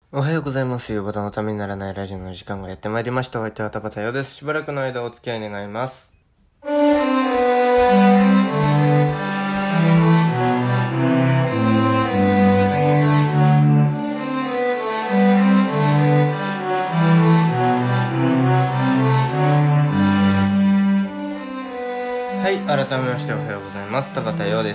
おはようございます。夕方のためにならないラジオの時間がやってまいりました。お相手は田畑洋です。しばらくの間お付き合い願います。はい、改めましておはようございます。田畑洋です。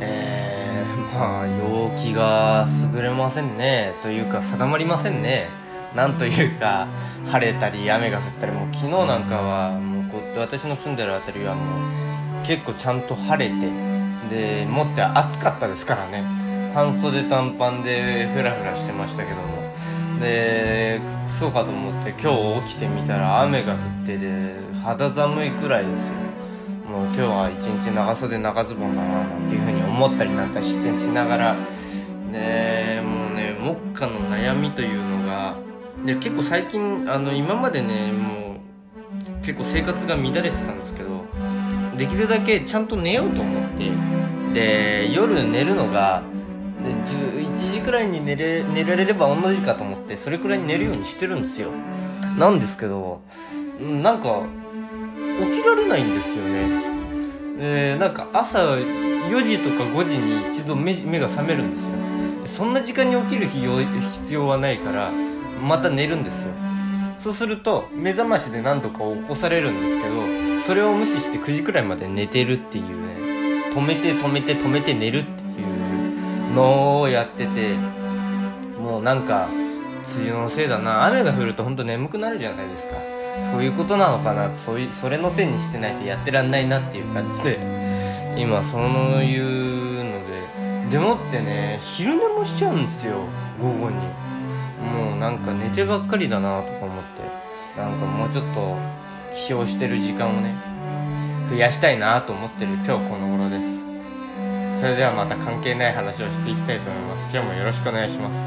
陽気が優れませんね。というか、定まりませんね。なんというか、晴れたり雨が降ったり、もう昨日なんかは、私の住んでるあたりはもう、結構ちゃんと晴れて、で、もって暑かったですからね。半袖短パンでフラフラしてましたけども。で、そうかと思って今日起きてみたら雨が降ってで、肌寒いくらいですよ。もう今日は一日長袖長ズボンだななんていう風に思ったりなんかしながら、でもうね目下の悩みというのが、で結構最近今までねもう結構生活が乱れてたんですけど、できるだけちゃんと寝ようと思って、で夜寝るのがで11時くらいに寝られれば同じかと思ってそれくらいに寝るようにしてるんですよ。なんですけどなんか起きられないんですよね。なんか朝4時とか5時に一度目が覚めるんですよ。そんな時間に起きる必要はないからまた寝るんですよ。そうすると目覚ましで何度か起こされるんですけど、それを無視して9時くらいまで寝てるっていうね、止めて寝るっていうのをやってて、もうなんか梅雨のせいだな。雨が降ると本当眠くなるじゃないですか。そういうことなのかな。それのせいにしてないとやってらんないなっていう感じで、今そういうので、でもってね、昼寝もしちゃうんですよ、午後に。もうなんか寝てばっかりだなとか思って、なんかもうちょっと起床してる時間をね、増やしたいなと思ってる今日この頃です。それではまた関係ない話をしていきたいと思います。今日もよろしくお願いします。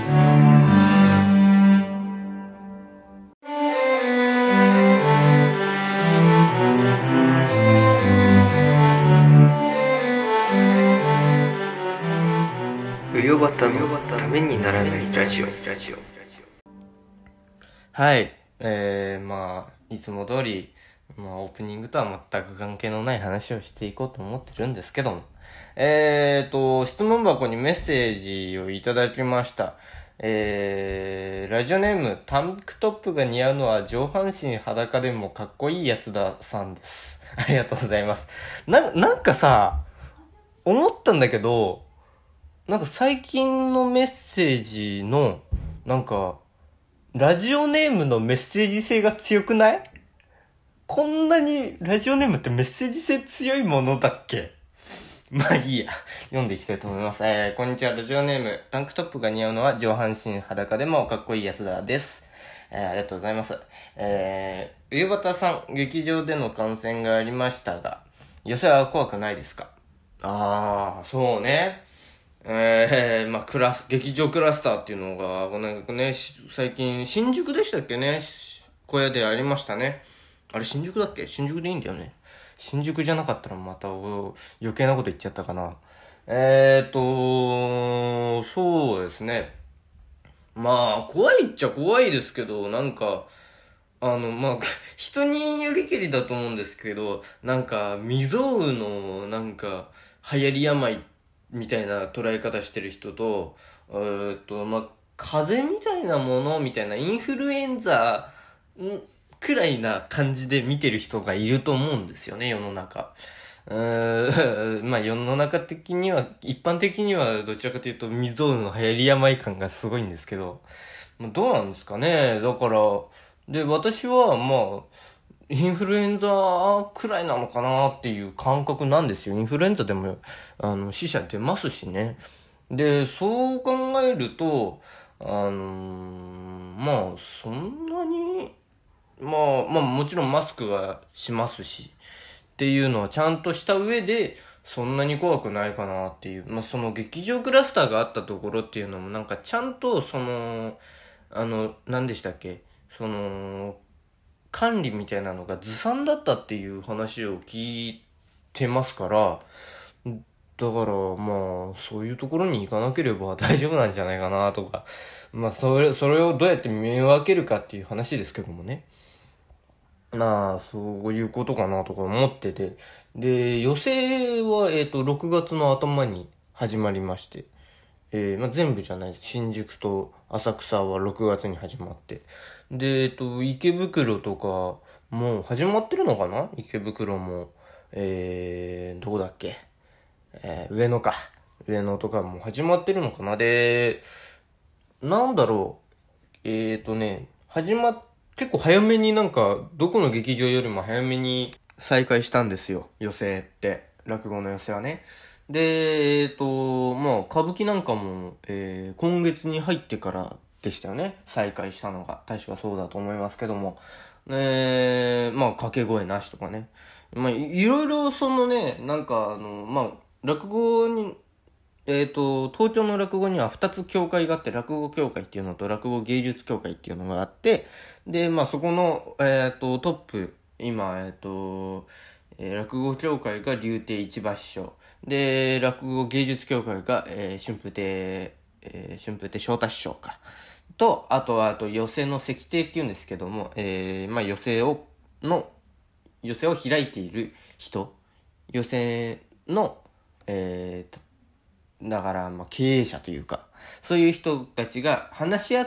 うよばたのためにならないラジオ。はい。いつも通り、オープニングとは全く関係のない話をしていこうと思ってるんですけども。質問箱にメッセージをいただきました。ラジオネーム、タンクトップが似合うのは上半身裸でもかっこいいやつださんです。ありがとうございます。なんかさ、思ったんだけど、なんか最近のメッセージの、なんか、ラジオネームのメッセージ性が強くない？こんなにラジオネームってメッセージ性強いものだっけ？まあいいや。読んでいきたいと思います。こんにちは。ラジオネーム、タンクトップが似合うのは上半身裸でもかっこいいやつだです。ありがとうございます。冬端さん、劇場での感染がありましたが、寄せは怖くないですか？そうね。劇場クラスターっていうのが、なんかね、最近、新宿でしたっけね、小屋でありましたね。あれ、新宿だっけ？新宿でいいんだよね。新宿じゃなかったらまた余計なこと言っちゃったかな。そうですね。まあ、怖いっちゃ怖いですけど、なんか、人によりけりだと思うんですけど、なんか、未曾有の、なんか、流行り病みたいな捉え方してる人と、風邪みたいなものみたいな、インフルエンザくらいな感じで見てる人がいると思うんですよね、世の中。世の中的には、一般的にはどちらかというと未曾有の流行り病感がすごいんですけど、どうなんですかね。だから、で、私はインフルエンザくらいなのかなっていう感覚なんですよ。インフルエンザでも、死者出ますしね。で、そう考えると、そんなに、もちろんマスクはしますし、っていうのはちゃんとした上で、そんなに怖くないかなっていう。その劇場クラスターがあったところっていうのもなんかちゃんと何でしたっけ？管理みたいなのがずさんだったっていう話を聞いてますから、 だから、まあ、そういうところに行かなければ大丈夫なんじゃないかなとか、まあ、それをどうやって見分けるかっていう話ですけどもね。まあ、そういうことかなとか思ってて。で、予選は、6月の頭に始まりまして。まあ、全部じゃないです。新宿と浅草は6月に始まって。で、池袋とか、もう始まってるのかな池袋も。どこだっけ上野か。上野とかも始まってるのかな。で、なんだろう。結構早めになんか、どこの劇場よりも早めに再開したんですよ。寄席って。落語の寄席はね。で、まあ、歌舞伎なんかも、今月に入ってからでしたよね。再開したのが。確かそうだと思いますけども。まあ、掛け声なしとかね。まあ、いろいろそのね、なんかまあ、落語に、東京の落語には2つ協会があって、落語協会っていうのと落語芸術協会っていうのがあって、で、まあそこの、トップ、今、落語協会が柳亭市橋師匠。で、落語芸術協会が、春風亭昇太師匠か。と、あと、寄席の関亭っていうんですけども、まあ寄席を開いている人、寄席の、えーだから、まあ、経営者というか、そういう人たちが話し合って、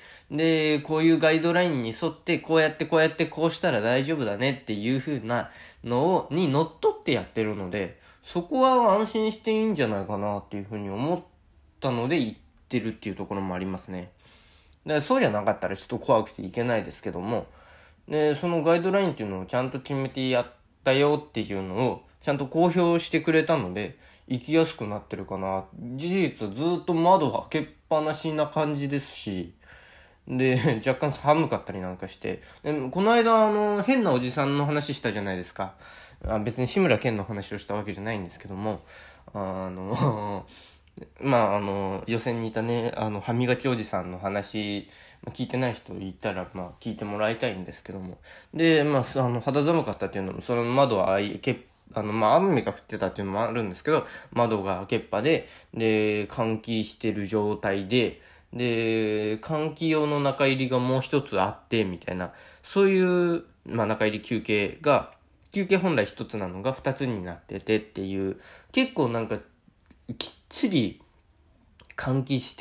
で、こういうガイドラインに沿って、こうやってこうやってこうしたら大丈夫だねっていう風なにのっとってやってるので、そこは安心していいんじゃないかなっていう風に思ったので言ってるっていうところもありますね。で、そうじゃなかったらちょっと怖くていけないですけども、で、そのガイドラインっていうのをちゃんと決めてやったよっていうのをちゃんと公表してくれたので、行きやすくなってるかな。事実ずっと窓開けっぱなしな感じですし、で、若干寒かったりなんかして、でこの間変なおじさんの話したじゃないですか。別に志村けんの話をしたわけじゃないんですけども、まあ、予選にいたね、歯磨きおじさんの話、聞いてない人いたら、まあ、聞いてもらいたいんですけども。で、まあ、肌寒かったっていうのも、その窓はまあ、雨が降ってたっていうのもあるんですけど、窓が開けっぱで、で、換気してる状態で、で、換気用の中入りがもう一つあって、みたいな、そういう、まあ、中入り休憩本来一つなのが二つになっててっていう、結構なんか、きっちり換気して、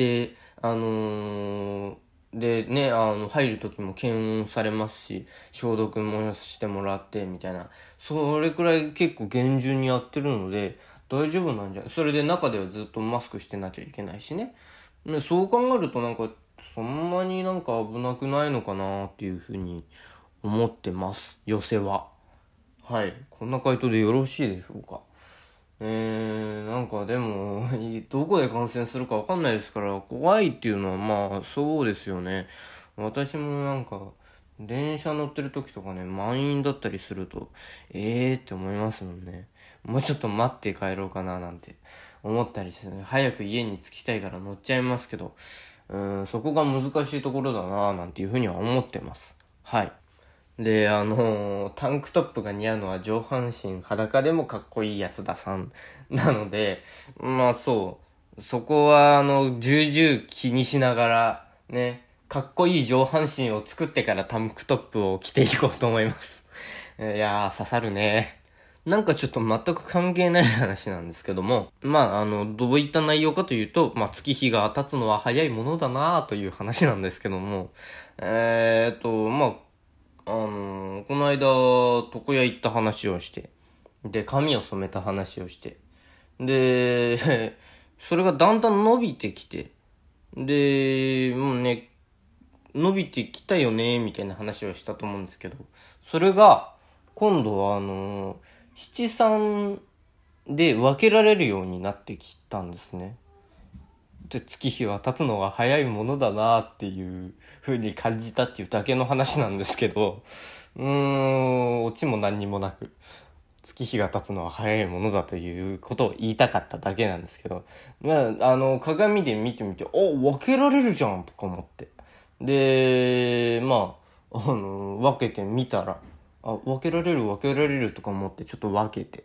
でね、入る時も検温されますし、消毒もしてもらって、みたいな。それくらい結構厳重にやってるので、大丈夫なんじゃない。それで中ではずっとマスクしてなきゃいけないしね。そう考えるとなんか、そんなになんか危なくないのかなっていうふうに思ってます。寄せは。はい。こんな回答でよろしいでしょうか。なんかでも、どこで感染するかわかんないですから、怖いっていうのはまあ、そうですよね。私もなんか、電車乗ってる時とかね、満員だったりすると、って思いますもんね。もうちょっと待って帰ろうかななんて思ったりしてね、早く家に着きたいから乗っちゃいますけど、そこが難しいところだななんていうふうには思ってます。はい。で、タンクトップが似合うのは上半身裸でもかっこいいやつださん。なので、まあそう。そこは、重々気にしながら、ね、かっこいい上半身を作ってからタンクトップを着ていこうと思います。いやー、刺さるね。なんかちょっと全く関係ない話なんですけども、まあ、どういった内容かというと、まあ、月日が経つのは早いものだなという話なんですけども、まあ、この間、床屋行った話をして、で、髪を染めた話をして、で、それがだんだん伸びてきて、で、もうね、伸びてきたよね、みたいな話をしたと思うんですけど、それが、今度は七三で分けられるようになってきたんですね。で、月日は経つのが早いものだなっていう風に感じたっていうだけの話なんですけど、オチも何にもなく、月日が経つのは早いものだということを言いたかっただけなんですけど、まあ、鏡で見てみて、分けられるじゃんとか思って。で、まあ、分けてみたら、分けられるとか思ってちょっと分けて。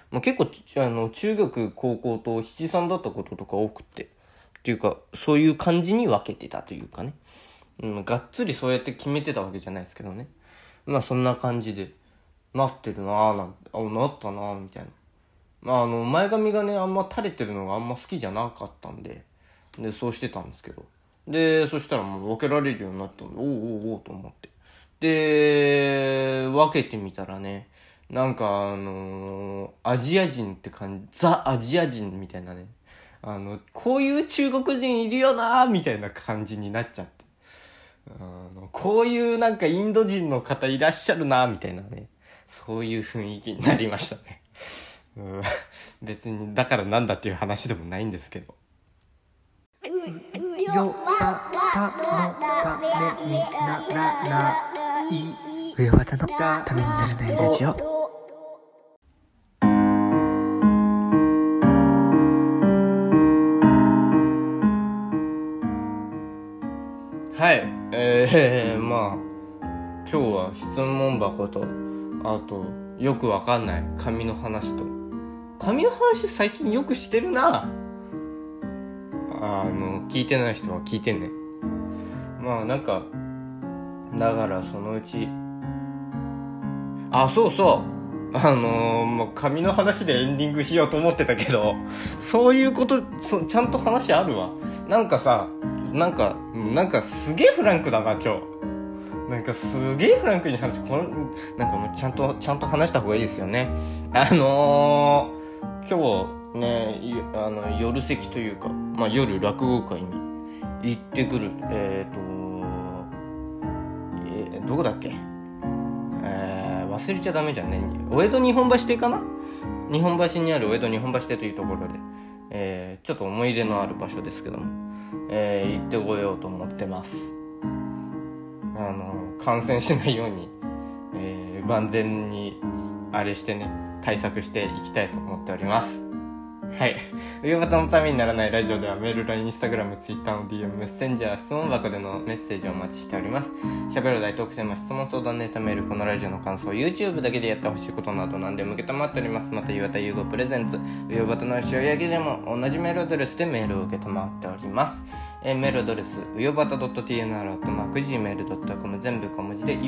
結構中学高校と七三だったこととか多くっていうかそういう感じに分けてたというかね、がっつりそうやって決めてたわけじゃないですけどね、そんな感じでなってるなぁなんてなったなぁみたいな、前髪がねあんま垂れてるのがあんま好きじゃなかったんでそうしてたんですけど、でそしたらもう分けられるようになったんでおうと思って、で分けてみたらね、なんかアジア人って感じ、ザ・アジア人みたいなね、こういう中国人いるよなーみたいな感じになっちゃって、こういうなんかインド人の方いらっしゃるなーみたいなね、そういう雰囲気になりましたね。別にだからなんだっていう話でもないんですけど。 よばたのためにならない上和田のためにならないラジオ。 はい、今日は質問箱と、あとよくわかんない髪の話最近よくしてるな。聞いてない人は聞いてね。なんかだからそのうちそうそう髪の話でエンディングしようと思ってたけど、そういうことちゃんと話あるわ。なんかすげえフランクだな今日。なんかすげえフランクになんかもうちゃんと話した方がいいですよね。今日ね夜席というか、夜落語会に行ってくるどこだっけ、忘れちゃダメじゃんね。お江戸日本橋邸かな、日本橋にあるお江戸日本橋邸というところで、ちょっと思い出のある場所ですけども、行ってこようと思ってます。感染しないように、万全にあれしてね、対策していきたいと思っております。はい。上端のためにならないラジオではメール、LINE、Instagram、Twitter の DM、メッセンジャー、質問箱でのメッセージをお待ちしております。喋る大トークテーマ、質問相談ネタメール、このラジオの感想、YouTube だけでやってほしいことなど何でも受けたまっております。また、岩田優吾プレゼンツ、上端の塩焼きでも同じメールアドレスでメールを受けたまっております。メールアドレス、うよばた .tnr@gmail.com 全部小文字で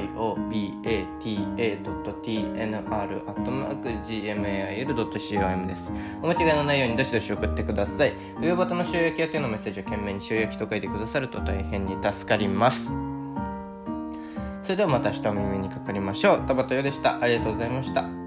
uyobata.tnr@gmail.com です。お間違いのないようにどしどし送ってください。うよばたの塩焼き宛てのメッセージを懸命に塩焼きと書いてくださると大変に助かります。それではまた明日お耳にかかりましょう。田畑よでした。ありがとうございました。